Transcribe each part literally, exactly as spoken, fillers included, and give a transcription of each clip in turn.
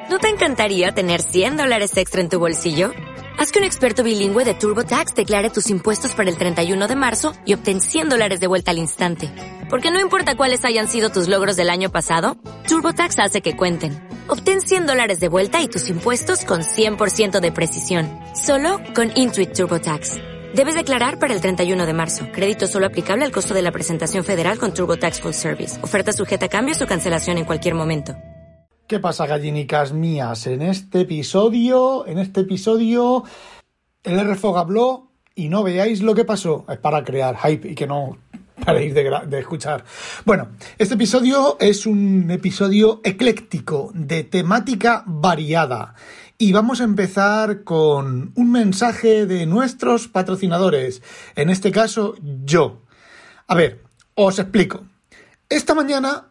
¿No te encantaría tener cien dólares extra en tu bolsillo? Haz que un experto bilingüe de TurboTax declare tus impuestos para el treinta y uno de marzo y obtén cien dólares de vuelta al instante. Porque no importa cuáles hayan sido tus logros del año pasado, TurboTax hace que cuenten. Obtén cien dólares de vuelta y tus impuestos con cien por ciento de precisión. Solo con Intuit TurboTax. Debes declarar para el treinta y uno de marzo. Crédito solo aplicable al costo de la presentación federal con TurboTax Full Service. Oferta sujeta a cambios o cancelación en cualquier momento. ¿Qué pasa, gallinicas mías? En este episodio, en este episodio, el R F O G habló y no veáis lo que pasó. Es para crear hype y que no paréis de, de escuchar. Bueno, este episodio es un episodio ecléctico, de temática variada. Y vamos a empezar con un mensaje de nuestros patrocinadores. En este caso, yo. A ver, os explico. Esta mañana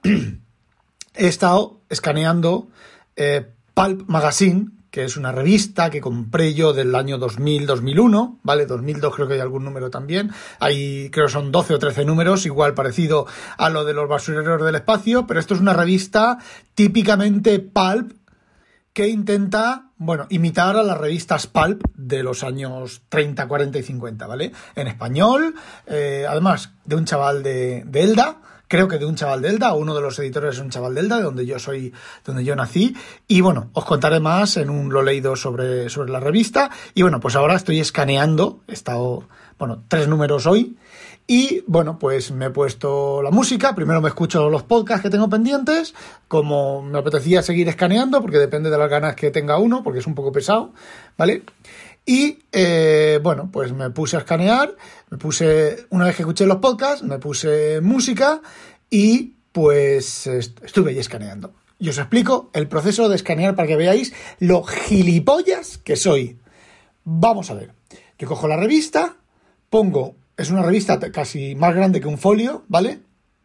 he estado escaneando eh, Pulp Magazine, que es una revista que compré yo del año dos mil, dos mil uno, ¿vale? dos mil dos creo que hay algún número también. Ahí creo que son doce o trece números, igual parecido a lo de los basureros del espacio, pero esto es una revista típicamente pulp que intenta, bueno, imitar a las revistas pulp de los años treinta, cuarenta y cincuenta, ¿vale? En español, eh, además de un chaval de, de Elda. Creo que de un chaval de Elda, uno de los editores es un chaval de Elda, de donde yo soy, donde yo nací. Y bueno, os contaré más en un lo leído sobre, sobre la revista. Y bueno, pues ahora estoy escaneando, he estado, bueno, tres números hoy. Y bueno, pues me he puesto la música. Primero me escucho los podcasts que tengo pendientes, como me apetecía seguir escaneando, porque depende de las ganas que tenga uno, porque es un poco pesado, ¿vale? Y, eh, bueno, pues me puse a escanear, me puse, una vez que escuché los podcasts, me puse música y, pues, est- estuve ahí escaneando. Y os explico el proceso de escanear para que veáis lo gilipollas que soy. Vamos a ver. Yo cojo la revista, pongo, es una revista casi más grande que un folio, ¿vale?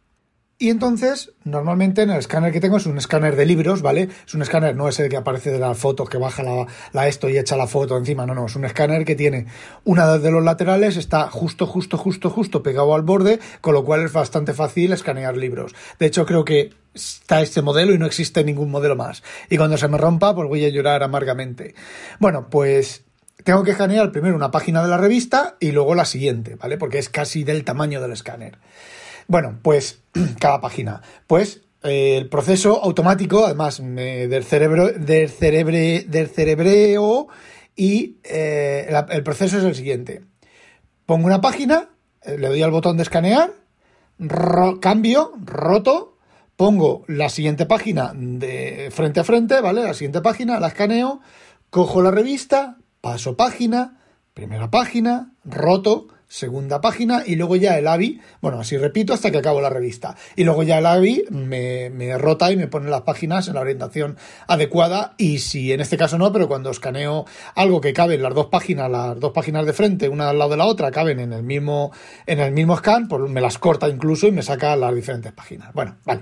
Y entonces, normalmente en el escáner que tengo es un escáner de libros, ¿vale? Es un escáner, no ese que aparece de las fotos, que baja la, la esto y echa la foto encima, no, no, es un escáner que tiene una de los laterales, está justo, justo, justo, justo pegado al borde, con lo cual es bastante fácil escanear libros. De hecho, creo que está este modelo y no existe ningún modelo más. Y cuando se me rompa, pues voy a llorar amargamente. Bueno, pues tengo que escanear primero una página de la revista y luego la siguiente, ¿vale? Porque es casi del tamaño del escáner. Bueno, pues cada página. Pues eh, el proceso automático, además eh, del cerebro, del cerebre, del cerebreo, y eh, la, el proceso es el siguiente. Pongo una página, eh, le doy al botón de escanear, ro- cambio, roto, pongo la siguiente página de frente a frente, ¿vale? La siguiente página, la escaneo, cojo la revista, paso página, primera página, roto, segunda página y luego ya el A V I, bueno, así repito hasta que acabo la revista. Y luego ya el A V I me, me rota y me pone las páginas en la orientación adecuada y si en este caso no, pero cuando escaneo algo que cabe en las dos páginas, las dos páginas de frente, una al lado de la otra, caben en el mismo, en el mismo scan, pues me las corta incluso y me saca las diferentes páginas. Bueno, vale.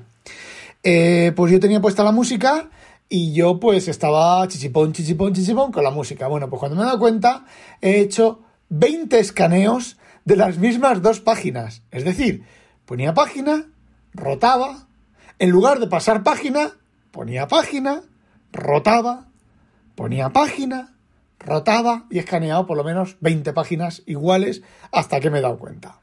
Eh, pues yo tenía puesta la música y yo pues estaba chichipón, chichipón, chichipón con la música. Bueno, pues cuando me he dado cuenta he hecho veinte escaneos de las mismas dos páginas. Es decir, ponía página, rotaba, en lugar de pasar página, ponía página, rotaba, ponía página, rotaba y he escaneado por lo menos veinte páginas iguales hasta que me he dado cuenta.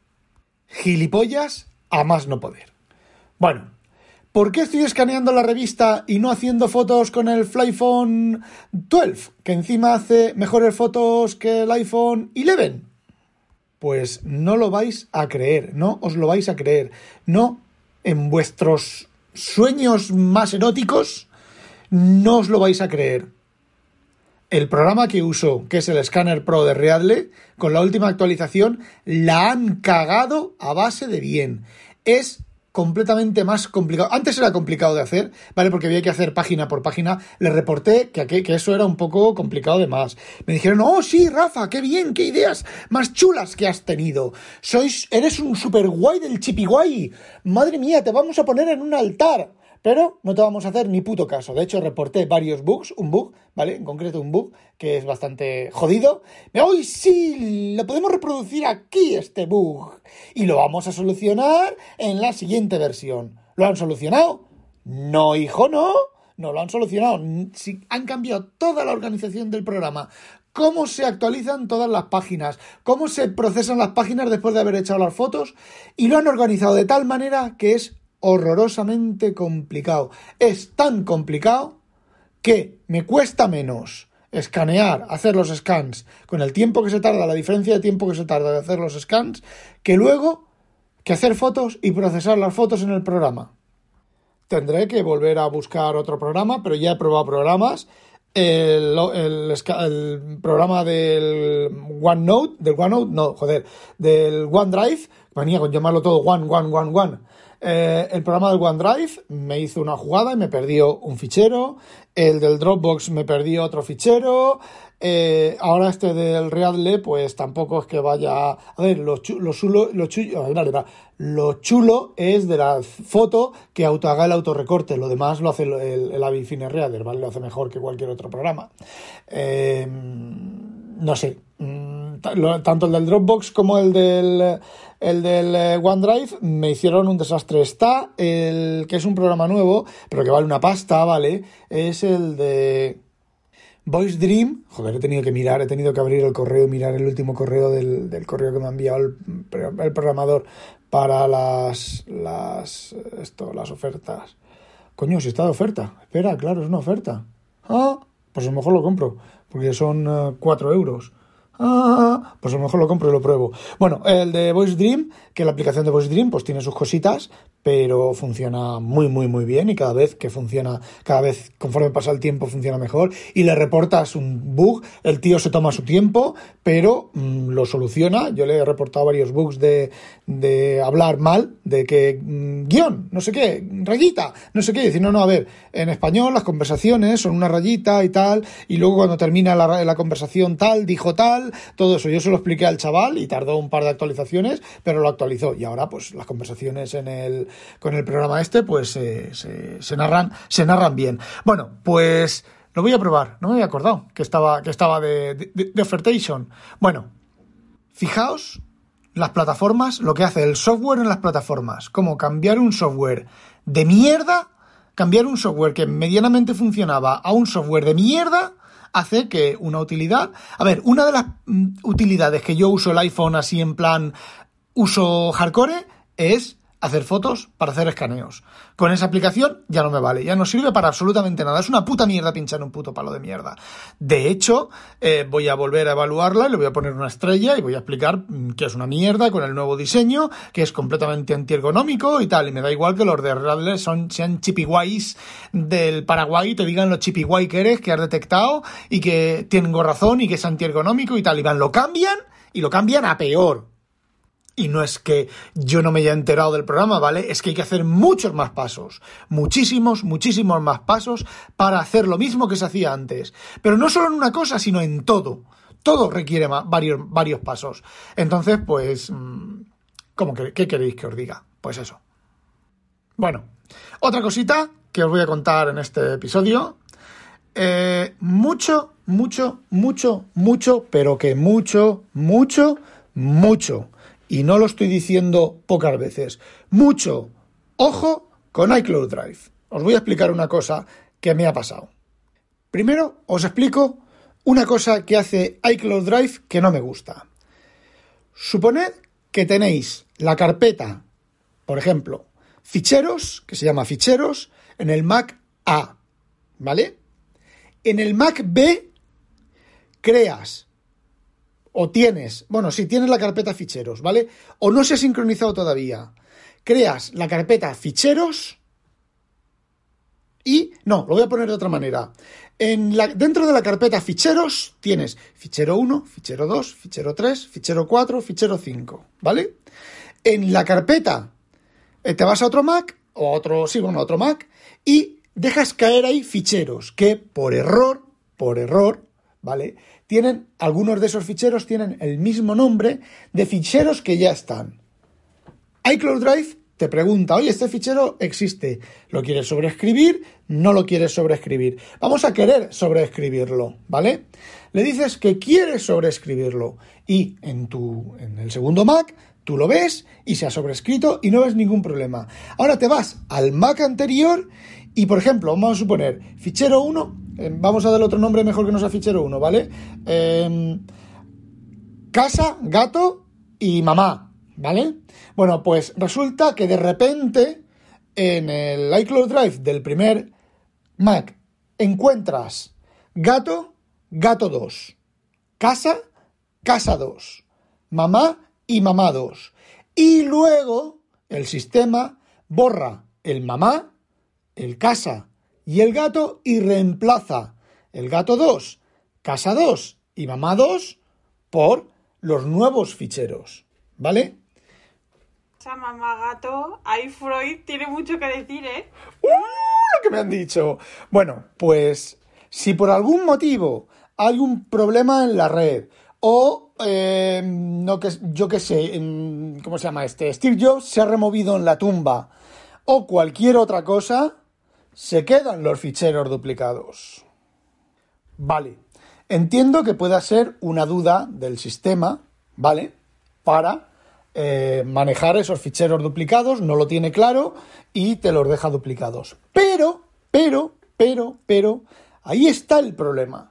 Gilipollas a más no poder. Bueno, ¿por qué estoy escaneando la revista y no haciendo fotos con el iPhone doce, que encima hace mejores fotos que el iPhone once? Pues no lo vais a creer, no os lo vais a creer. No, en vuestros sueños más eróticos, no os lo vais a creer. El programa que uso, que es el Scanner Pro de Readly, con la última actualización, la han cagado a base de bien. Es completamente más complicado. Antes era complicado de hacer, ¿vale? Porque había que hacer página por página. Le reporté que, que, que eso era un poco complicado de más. Me dijeron, oh sí, Rafa, qué bien, qué ideas más chulas que has tenido. Sois, eres un super guay del chipiguay. Madre mía, te vamos a poner en un altar. Pero no te vamos a hacer ni puto caso. De hecho, reporté varios bugs, un bug, ¿vale? En concreto un bug que es bastante jodido. ¡Ay, sí! Lo podemos reproducir aquí, este bug. Y lo vamos a solucionar en la siguiente versión. ¿Lo han solucionado? No, hijo, no. no lo han solucionado. Si han cambiado toda la organización del programa, cómo se actualizan todas las páginas, cómo se procesan las páginas después de haber echado las fotos, y lo han organizado de tal manera que es horrorosamente complicado. Es tan complicado que me cuesta menos escanear, hacer los scans, con el tiempo que se tarda, la diferencia de tiempo que se tarda de hacer los scans, que luego que hacer fotos y procesar las fotos en el programa. Tendré que volver a buscar otro programa, pero ya he probado programas. El, el, el programa del OneNote, del OneNote, no, joder, del OneDrive, venía con llamarlo todo One, One, One, One. Eh, el programa del OneDrive me hizo una jugada y me perdió un fichero. El del Dropbox me perdió otro fichero. Eh, ahora este del Readle, pues tampoco es que vaya... A ver, lo, chu, lo, chulo, lo, chulo, lo chulo es de la foto que auto haga el autorrecorte. Lo demás lo hace el, el, el Avifine Reader, ¿vale? Lo hace mejor que cualquier otro programa. Eh, no sé. Tanto el del Dropbox como el del, el del OneDrive me hicieron un desastre. Está el que es un programa nuevo, pero que vale una pasta, ¿vale? Es el de Voice Dream. Joder, he tenido que mirar, he tenido que abrir el correo y mirar el último correo del, del correo que me ha enviado el, el programador para las, las, esto, las ofertas. Coño, si está de oferta. Espera, claro, es una oferta. Ah, pues a lo mejor lo compro, porque son uh, cuatro euros. Ah, pues a lo mejor lo compro y lo pruebo. Bueno, el de Voice Dream, que la aplicación de Voice Dream pues tiene sus cositas, pero funciona muy, muy, muy bien, y cada vez que funciona, cada vez conforme pasa el tiempo funciona mejor, y le reportas un bug, el tío se toma su tiempo, pero mmm, lo soluciona. Yo le he reportado varios bugs de, de hablar mal, de que mmm, guión, no sé qué, rayita, no sé qué, y decir, no, no, a ver, en español las conversaciones son una rayita y tal, y luego cuando termina la, la conversación tal, dijo tal, todo eso. Yo se lo expliqué al chaval y tardó un par de actualizaciones, pero lo actualizó, y ahora pues las conversaciones en el con el programa este pues eh, se, se narran se narran bien. Bueno, pues lo voy a probar. No me había acordado que estaba que estaba de, de, de Offertation. Bueno, fijaos las plataformas, lo que hace el software en las plataformas, como cambiar un software de mierda, cambiar un software que medianamente funcionaba a un software de mierda, hace que una utilidad... A ver, una de las mm, utilidades que yo uso el iPhone así en plan uso hardcore es hacer fotos para hacer escaneos. Con esa aplicación ya no me vale, ya no sirve para absolutamente nada. Es una puta mierda pinchar un puto palo de mierda. De hecho, eh, voy a volver a evaluarla y le voy a poner una estrella y voy a explicar que es una mierda con el nuevo diseño, que es completamente antiergonómico y tal. Y me da igual que los de Readle son, sean chipiguays del Paraguay y te digan lo chipiguay que eres, que has detectado y que tengo razón y que es antiergonómico y tal. Y van, lo cambian y lo cambian a peor. Y no es que yo no me haya enterado del programa, ¿vale? Es que hay que hacer muchos más pasos. Muchísimos, muchísimos más pasos para hacer lo mismo que se hacía antes. Pero no solo en una cosa, sino en todo. Todo requiere más, varios, varios pasos. Entonces, pues... ¿cómo que, qué queréis que os diga? Pues eso. Bueno, otra cosita que os voy a contar en este episodio. Eh, mucho, mucho, mucho, mucho, pero que mucho, mucho, mucho... Y no lo estoy diciendo pocas veces. Mucho ojo con iCloud Drive. Os voy a explicar una cosa que me ha pasado. Primero, os explico una cosa que hace iCloud Drive que no me gusta. Suponed que tenéis la carpeta, por ejemplo, ficheros, que se llama ficheros, en el Mac A, ¿vale? En el Mac B creas... o tienes, bueno, si tienes la carpeta ficheros, ¿vale? O no se ha sincronizado todavía. Creas la carpeta ficheros y... No, lo voy a poner de otra manera. En la, dentro de la carpeta ficheros tienes fichero uno, fichero dos, fichero tres, fichero cuatro, fichero cinco, ¿vale? En la carpeta eh, te vas a otro Mac, o a otro, sí, bueno, a otro Mac, y dejas caer ahí ficheros que por error, por error, ¿vale? Tienen, algunos de esos ficheros tienen el mismo nombre de ficheros que ya están. iCloud Drive te pregunta, oye, este fichero existe, ¿lo quieres sobreescribir? No lo quieres sobreescribir. Vamos a querer sobreescribirlo, ¿vale? Le dices que quieres sobreescribirlo y en, tu, en el segundo Mac tú lo ves y se ha sobrescrito y no ves ningún problema. Ahora te vas al Mac anterior Y, por ejemplo, vamos a suponer, fichero uno, eh, vamos a darle otro nombre mejor que no sea fichero uno, ¿vale? Eh, casa, gato y mamá, ¿vale? Bueno, pues resulta que de repente en el iCloud Drive del primer Mac encuentras gato, gato dos, casa, casa dos, mamá y mamá dos. Y luego el sistema borra el mamá, el casa y el gato y reemplaza el gato dos, casa dos y mamá dos por los nuevos ficheros, ¿vale? Esa mamá gato, ahí Freud tiene mucho que decir, ¿eh? ¡Uh! Lo que me han dicho. Bueno, pues si por algún motivo hay un problema en la red o, eh, no que, yo qué sé, ¿cómo se llama este? Steve Jobs se ha removido en la tumba o cualquier otra cosa, se quedan los ficheros duplicados. Vale, entiendo que pueda ser una duda del sistema, ¿vale? Para eh, manejar esos ficheros duplicados, no lo tiene claro y te los deja duplicados. Pero, pero, pero, pero, ahí está el problema.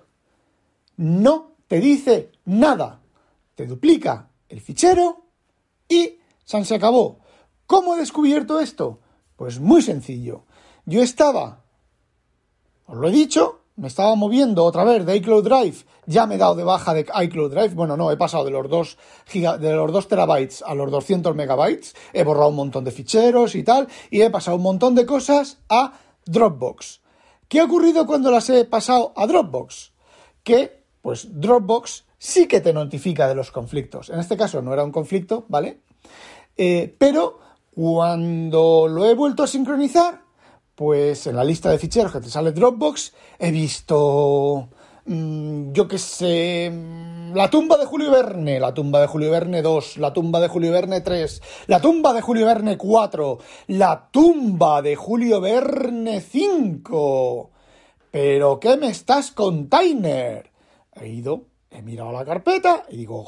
No te dice nada. Te duplica el fichero y ¡san se acabó! ¿Cómo he descubierto esto? Pues muy sencillo. Yo estaba, os lo he dicho, me estaba moviendo otra vez de iCloud Drive, ya me he dado de baja de iCloud Drive, bueno, no, he pasado de los dos giga, de los dos terabytes a los doscientos megabytes, he borrado un montón de ficheros y tal, y he pasado un montón de cosas a Dropbox. ¿Qué ha ocurrido cuando las he pasado a Dropbox? Que, pues, Dropbox sí que te notifica de los conflictos. En este caso no era un conflicto, ¿vale? Eh, pero cuando lo he vuelto a sincronizar, pues en la lista de ficheros que te sale Dropbox, he visto, mmm, yo qué sé, la tumba de Julio Verne, la tumba de Julio Verne dos, la tumba de Julio Verne tres, la tumba de Julio Verne cuatro, la tumba de Julio Verne cinco. ¿Pero qué me estás, container? He ido, he mirado la carpeta y digo,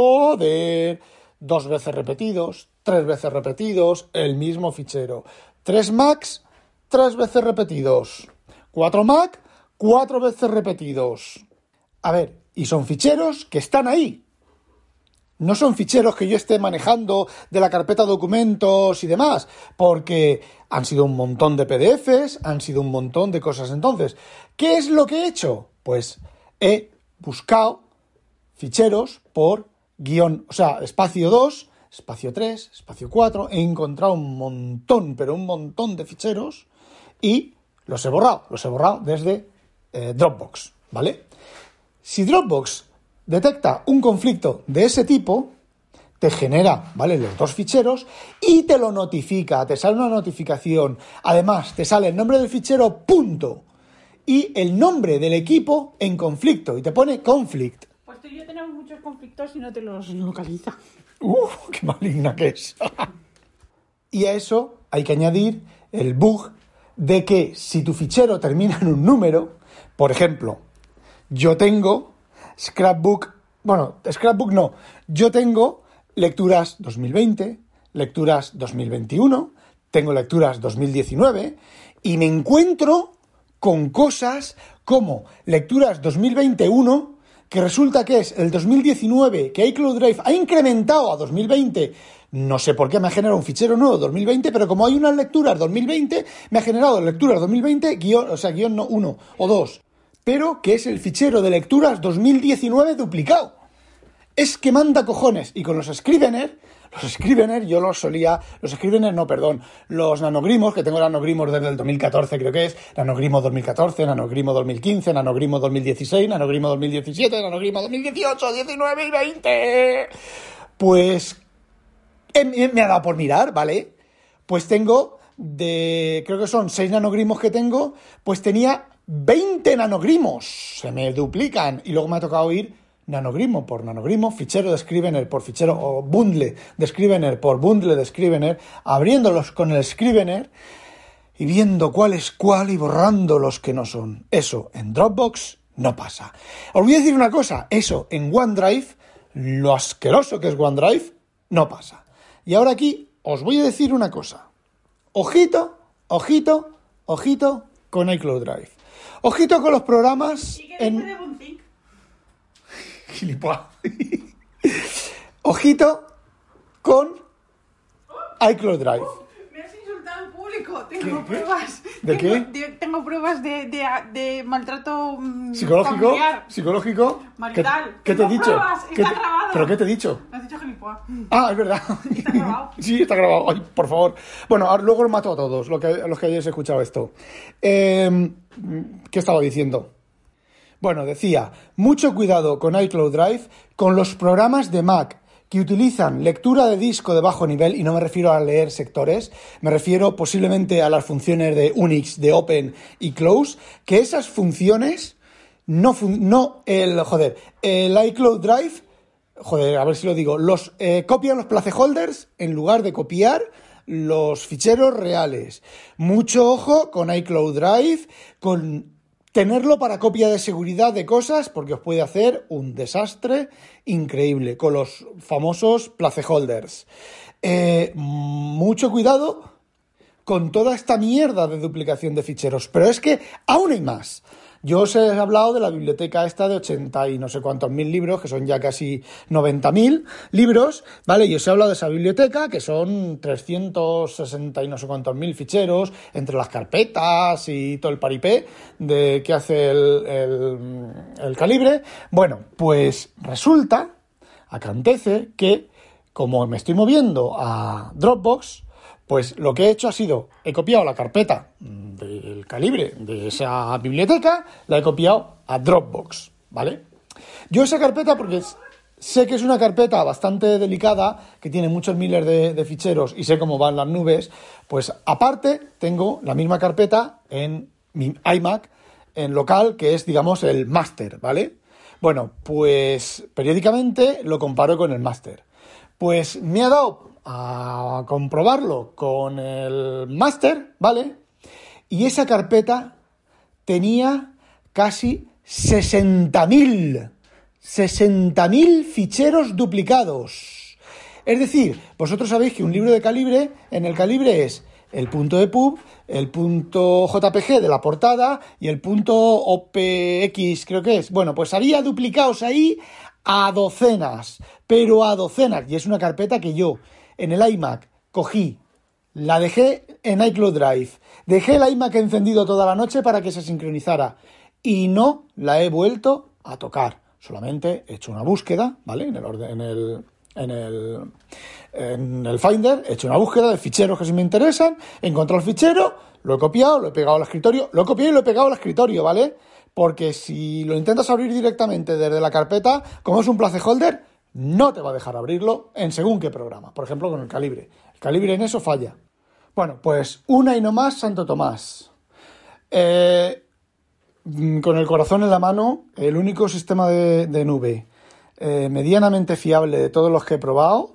joder, dos veces repetidos, tres veces repetidos, el mismo fichero. Tres Macs, tres veces repetidos. Cuatro Mac, cuatro veces repetidos. A ver, y son ficheros que están ahí. No son ficheros que yo esté manejando de la carpeta documentos y demás, porque han sido un montón de P D Efes, han sido un montón de cosas. Entonces, ¿qué es lo que he hecho? Pues he buscado ficheros por guión, o sea, espacio dos, espacio tres, espacio cuatro, he encontrado un montón, pero un montón de ficheros y los he borrado, los he borrado desde eh, Dropbox, ¿vale? Si Dropbox detecta un conflicto de ese tipo, te genera, ¿vale?, los dos ficheros y te lo notifica, te sale una notificación. Además, te sale el nombre del fichero, punto, y el nombre del equipo en conflicto, y te pone conflict. Pues tú y yo tenemos muchos conflictos y no te los localiza. ¡Uf! ¡Qué maligna que es! Y a eso hay que añadir el bug de que si tu fichero termina en un número, por ejemplo, yo tengo Scrapbook, bueno, Scrapbook no, yo tengo lecturas dos mil veinte, lecturas dos mil veintiuno, tengo lecturas dos mil diecinueve y me encuentro con cosas como lecturas dos mil veintiuno, que resulta que es el dos mil diecinueve, que iCloud Drive ha incrementado a dos mil veinte. No sé por qué me ha generado un fichero nuevo dos mil veinte, pero como hay unas lecturas dos mil veinte, me ha generado lecturas dos mil veinte, guión, o sea, guión no uno o dos, pero que es el fichero de lecturas dos mil diecinueve duplicado. Es que manda cojones. Y con los Scrivener, los Scrivener yo los solía, los Scrivener no, perdón, los nanogrimos, que tengo nanogrimos desde el dos mil catorce, creo que es, nanogrimo dos mil catorce, nanogrimo dos mil quince, nanogrimo dos mil dieciséis, nanogrimo dos mil diecisiete, nanogrimo dos mil dieciocho, diecinueve y veinte. Pues me ha dado por mirar, ¿vale? Pues tengo de, creo que son seis nanogrimos que tengo, pues tenía veinte nanogrimos, se me duplican, y luego me ha tocado ir nanogrimo por nanogrimo, fichero de Scrivener por fichero, o bundle de Scrivener por bundle de Scrivener, abriéndolos con el Scrivener y viendo cuál es cuál y borrando los que no son. Eso en Dropbox no pasa. Os voy a decir una cosa, eso en OneDrive, lo asqueroso que es OneDrive, no pasa. Y ahora aquí os voy a decir una cosa. Ojito, ojito, ojito con iCloud Drive. Ojito con los programas ¿Y qué en... dice de Bunting? Gilipollas. Ojito con iCloud Drive. Me has insultado en público. Tengo ¿Qué? pruebas. ¿De tengo, qué? de- tengo pruebas de, de, de maltrato mm, ¿Psicológico? familiar. ¿Psicológico? Marital. ¿Qué, qué te he Tengo dicho? pruebas, ¿Qué está te- grabado. ¿Pero qué te he dicho? Me has dicho gilipollas. Ah, es verdad. Está grabado. Sí, está grabado. Ay, por favor. Bueno, ahora luego los mato a todos, los que, los que hayáis escuchado esto. Eh, ¿Qué estaba diciendo? Bueno, decía, mucho cuidado con iCloud Drive, con los programas de Mac que utilizan lectura de disco de bajo nivel, y no me refiero a leer sectores, me refiero posiblemente a las funciones de Unix, de Open y Close, que esas funciones no, fun- no el, joder, el iCloud Drive, joder, a ver si lo digo, los eh, copian los placeholders en lugar de copiar los ficheros reales. Mucho ojo con iCloud Drive, con tenerlo para copia de seguridad de cosas, porque os puede hacer un desastre increíble con los famosos placeholders. Eh, mucho cuidado con toda esta mierda de duplicación de ficheros, pero es que aún hay más. Yo os he hablado de la biblioteca esta de ochenta y no sé cuántos mil libros, que son ya casi noventa mil libros, ¿vale? Y os he hablado de esa biblioteca, que son trescientos sesenta y no sé cuántos mil ficheros, entre las carpetas y todo el paripé de que hace el, el, el calibre. Bueno, pues resulta, acontece que, como me estoy moviendo a Dropbox, pues lo que he hecho ha sido, he copiado la carpeta del calibre de esa biblioteca, la he copiado a Dropbox, ¿vale? Yo esa carpeta, porque sé que es una carpeta bastante delicada, que tiene muchos miles de, de ficheros y sé cómo van las nubes, pues aparte tengo la misma carpeta en mi iMac, en local, que es, digamos, el máster, ¿vale? Bueno, pues periódicamente lo comparo con el máster. Pues me ha dado a comprobarlo con el máster, ¿vale? Y esa carpeta tenía casi sesenta mil, sesenta mil ficheros duplicados. Es decir, vosotros sabéis que un libro de calibre, en el calibre es el punto de pub, el punto J P G de la portada y el punto O P X, creo que es. Bueno, pues había duplicados ahí a docenas, pero a docenas. Y es una carpeta que yo en el iMac cogí, la dejé en iCloud Drive, dejé el iMac encendido toda la noche para que se sincronizara y no la he vuelto a tocar. Solamente he hecho una búsqueda, ¿vale? En el orden, en el, en el, en el Finder he hecho una búsqueda de ficheros que sí me interesan, he encontrado el fichero, lo he copiado, lo he pegado al escritorio, lo he copiado y lo he pegado al escritorio, ¿vale? Porque si lo intentas abrir directamente desde la carpeta, como es un placeholder, no te va a dejar abrirlo en según qué programa. Por ejemplo, con el calibre. El calibre en eso falla. Bueno, pues una y no más, Santo Tomás. Eh, con el corazón en la mano, el único sistema de, de nube eh, medianamente fiable de todos los que he probado,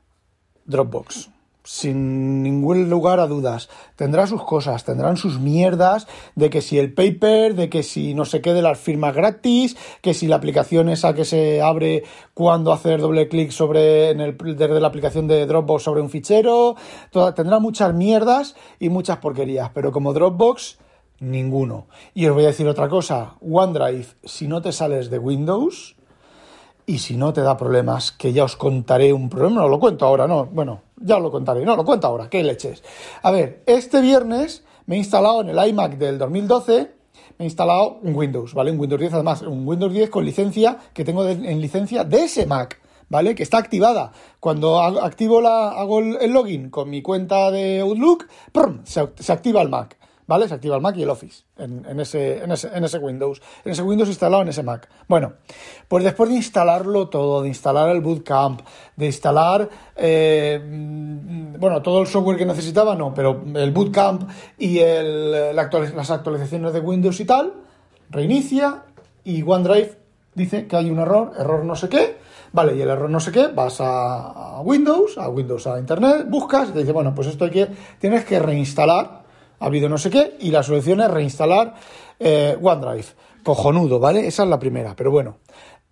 Dropbox. Sin ningún lugar a dudas. Tendrá sus cosas, tendrán sus mierdas de que si el paper, de que si no sé qué de las firmas gratis, que si la aplicación esa que se abre cuando hacer doble clic sobre en el, desde la aplicación de Dropbox sobre un fichero, toda, tendrá muchas mierdas y muchas porquerías, pero como Dropbox, ninguno. Y os voy a decir otra cosa, OneDrive, si no te sales de Windows y si no te da problemas, que ya os contaré un problema, no lo cuento ahora, no, bueno, ya os lo contaré, no, lo cuento ahora, qué leches. A ver, este viernes me he instalado en el iMac del dos mil doce, me he instalado un Windows, ¿vale? Un Windows diez, además, un Windows diez con licencia, que tengo de, en licencia de ese Mac, ¿vale? Que está activada. Cuando hago, activo la, hago el, el login con mi cuenta de Outlook, ¡prum! Se, se activa el Mac, ¿vale? Se activa el Mac y el Office en, en, ese, en, ese, en ese Windows. En ese Windows instalado en ese Mac. Bueno, pues después de instalarlo todo, de instalar el Bootcamp, de instalar, eh, bueno, todo el software que necesitaba, no, pero el Bootcamp y el, la actualiz- las actualizaciones de Windows y tal, reinicia y OneDrive dice que hay un error, error no sé qué, vale, y el error no sé qué, vas a, a Windows, a Windows, a Internet, buscas y te dice, bueno, pues esto hay que, tienes que reinstalar. Ha habido no sé qué, y la solución es reinstalar eh, OneDrive. Cojonudo, ¿vale? Esa es la primera, pero bueno.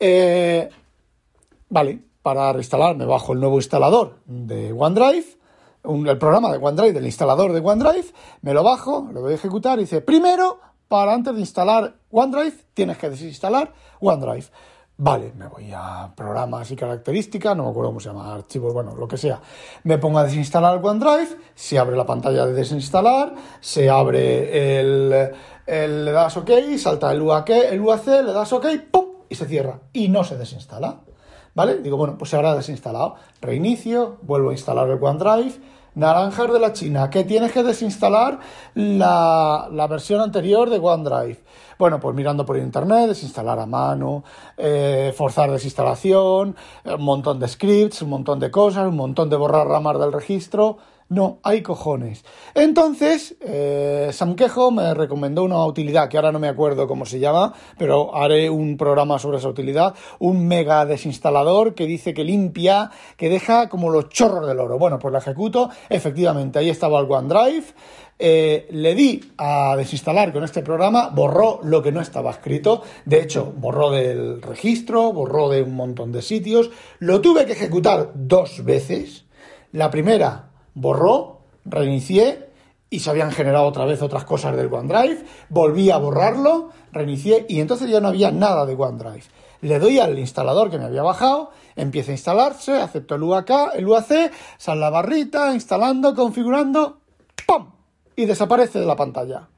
Eh, vale, para reinstalar me bajo el nuevo instalador de OneDrive, un, el programa de OneDrive, del instalador de OneDrive, me lo bajo, lo doy a ejecutar y dice, primero, para antes de instalar OneDrive, tienes que desinstalar OneDrive. Vale, me voy a programas y características, no me acuerdo cómo se llama, archivos, bueno, lo que sea. Me pongo a desinstalar OneDrive, se abre la pantalla de desinstalar, se abre el, el le das OK, salta el U A C, el U A C, le das OK, ¡pum! Y se cierra. Y no se desinstala, ¿vale? Digo, bueno, pues se habrá desinstalado. Reinicio, vuelvo a instalar el OneDrive. Naranjas de la China, que tienes que desinstalar la, la versión anterior de OneDrive. Bueno, pues mirando por internet, desinstalar a mano, eh, forzar desinstalación, un montón de scripts, un montón de cosas, un montón de borrar ramas del registro. No, hay cojones. Entonces, eh, Sam Quejo me recomendó una utilidad que ahora no me acuerdo cómo se llama, pero haré un programa sobre esa utilidad, un mega desinstalador que dice que limpia, que deja como los chorros del oro. Bueno, pues la ejecuto, efectivamente, ahí estaba el OneDrive, eh, le di a desinstalar con este programa, borró lo que no estaba escrito, de hecho, borró del registro, borró de un montón de sitios, lo tuve que ejecutar dos veces, la primera borró, reinicié y se habían generado otra vez otras cosas del OneDrive, volví a borrarlo, reinicié y entonces ya no había nada de OneDrive. Le doy al instalador que me había bajado, empieza a instalarse, acepto el U A C, el U A C, sale la barrita, instalando, configurando, ¡pum! Y desaparece de la pantalla.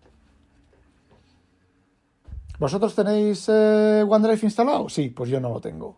¿Vosotros tenéis eh, OneDrive instalado? Sí, pues yo no lo tengo.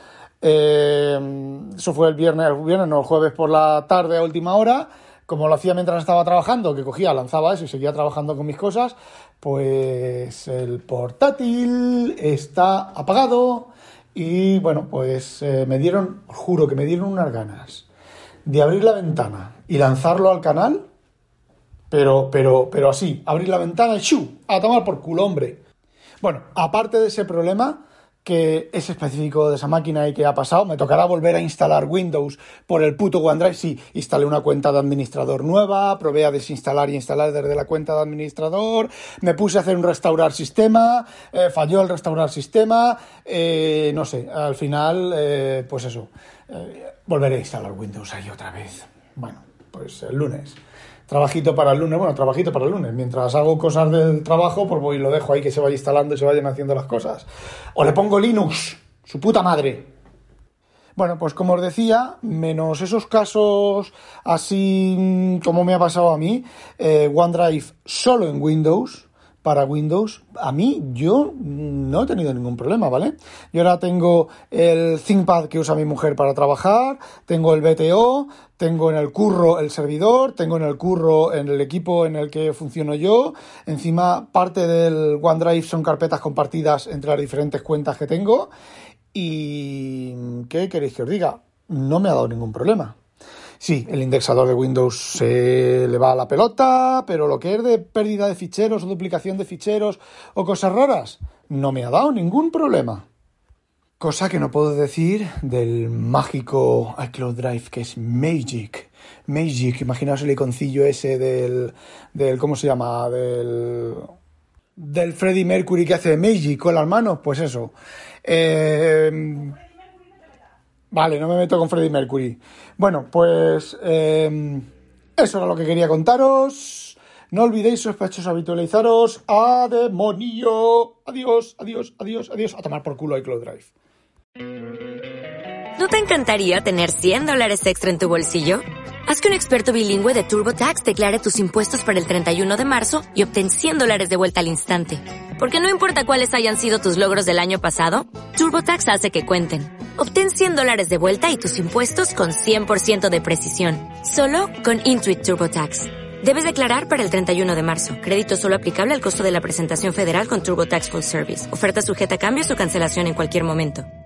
Eh, eso fue el viernes, el viernes, no, el jueves por la tarde a última hora, como lo hacía mientras estaba trabajando, que cogía, lanzaba eso y seguía trabajando con mis cosas, pues el portátil está apagado y bueno, pues eh, me dieron, os juro que me dieron unas ganas de abrir la ventana y lanzarlo al canal, pero, pero, pero así, abrir la ventana y ¡shu! A tomar por culo, hombre. Bueno, aparte de ese problema que es específico de esa máquina y que ha pasado, me tocará volver a instalar Windows por el puto OneDrive. Sí, instalé una cuenta de administrador nueva, probé a desinstalar y instalar desde la cuenta de administrador, me puse a hacer un restaurar sistema, eh, falló el restaurar sistema, eh, no sé, al final, eh, pues eso, eh, volveré a instalar Windows ahí otra vez. Bueno, pues el lunes. Trabajito para el lunes, bueno, trabajito para el lunes. Mientras hago cosas del trabajo, pues voy y lo dejo ahí que se vaya instalando y se vayan haciendo las cosas. O le pongo Linux, su puta madre. Bueno, pues como os decía, menos esos casos así como me ha pasado a mí, eh, OneDrive solo en Windows, para Windows, a mí yo no he tenido ningún problema, ¿vale? Yo ahora tengo el ThinkPad que usa mi mujer para trabajar, tengo el B T O, tengo en el curro el servidor, tengo en el curro en el equipo en el que funciono yo, encima parte del OneDrive son carpetas compartidas entre las diferentes cuentas que tengo y ¿qué queréis que os diga? No me ha dado ningún problema. Sí, el indexador de Windows se le va a la pelota, pero lo que es de pérdida de ficheros o duplicación de ficheros o cosas raras, no me ha dado ningún problema. Cosa que no puedo decir del mágico iCloud Drive, que es Magic. Magic, imaginaos el iconcillo ese del, del ¿cómo se llama? Del, del Freddie Mercury que hace Magic con las manos, pues eso. Eh... Vale, no me meto con Freddie Mercury. Bueno, pues eh, eso era lo que quería contaros. No olvidéis, sospechosos, habitualizaros. ¡A demonio! Adiós, adiós, adiós, adiós. A tomar por culo iCloud Drive. ¿No te encantaría tener cien dólares extra en tu bolsillo? Haz que un experto bilingüe de TurboTax declare tus impuestos para el treinta y uno de marzo y obtén cien dólares de vuelta al instante. Porque no importa cuáles hayan sido tus logros del año pasado, TurboTax hace que cuenten. Obtén cien dólares de vuelta y tus impuestos con cien por ciento de precisión. Solo con Intuit TurboTax. Debes declarar para el treinta y uno de marzo. Crédito solo aplicable al costo de la presentación federal con TurboTax Full Service. Oferta sujeta a cambios o cancelación en cualquier momento.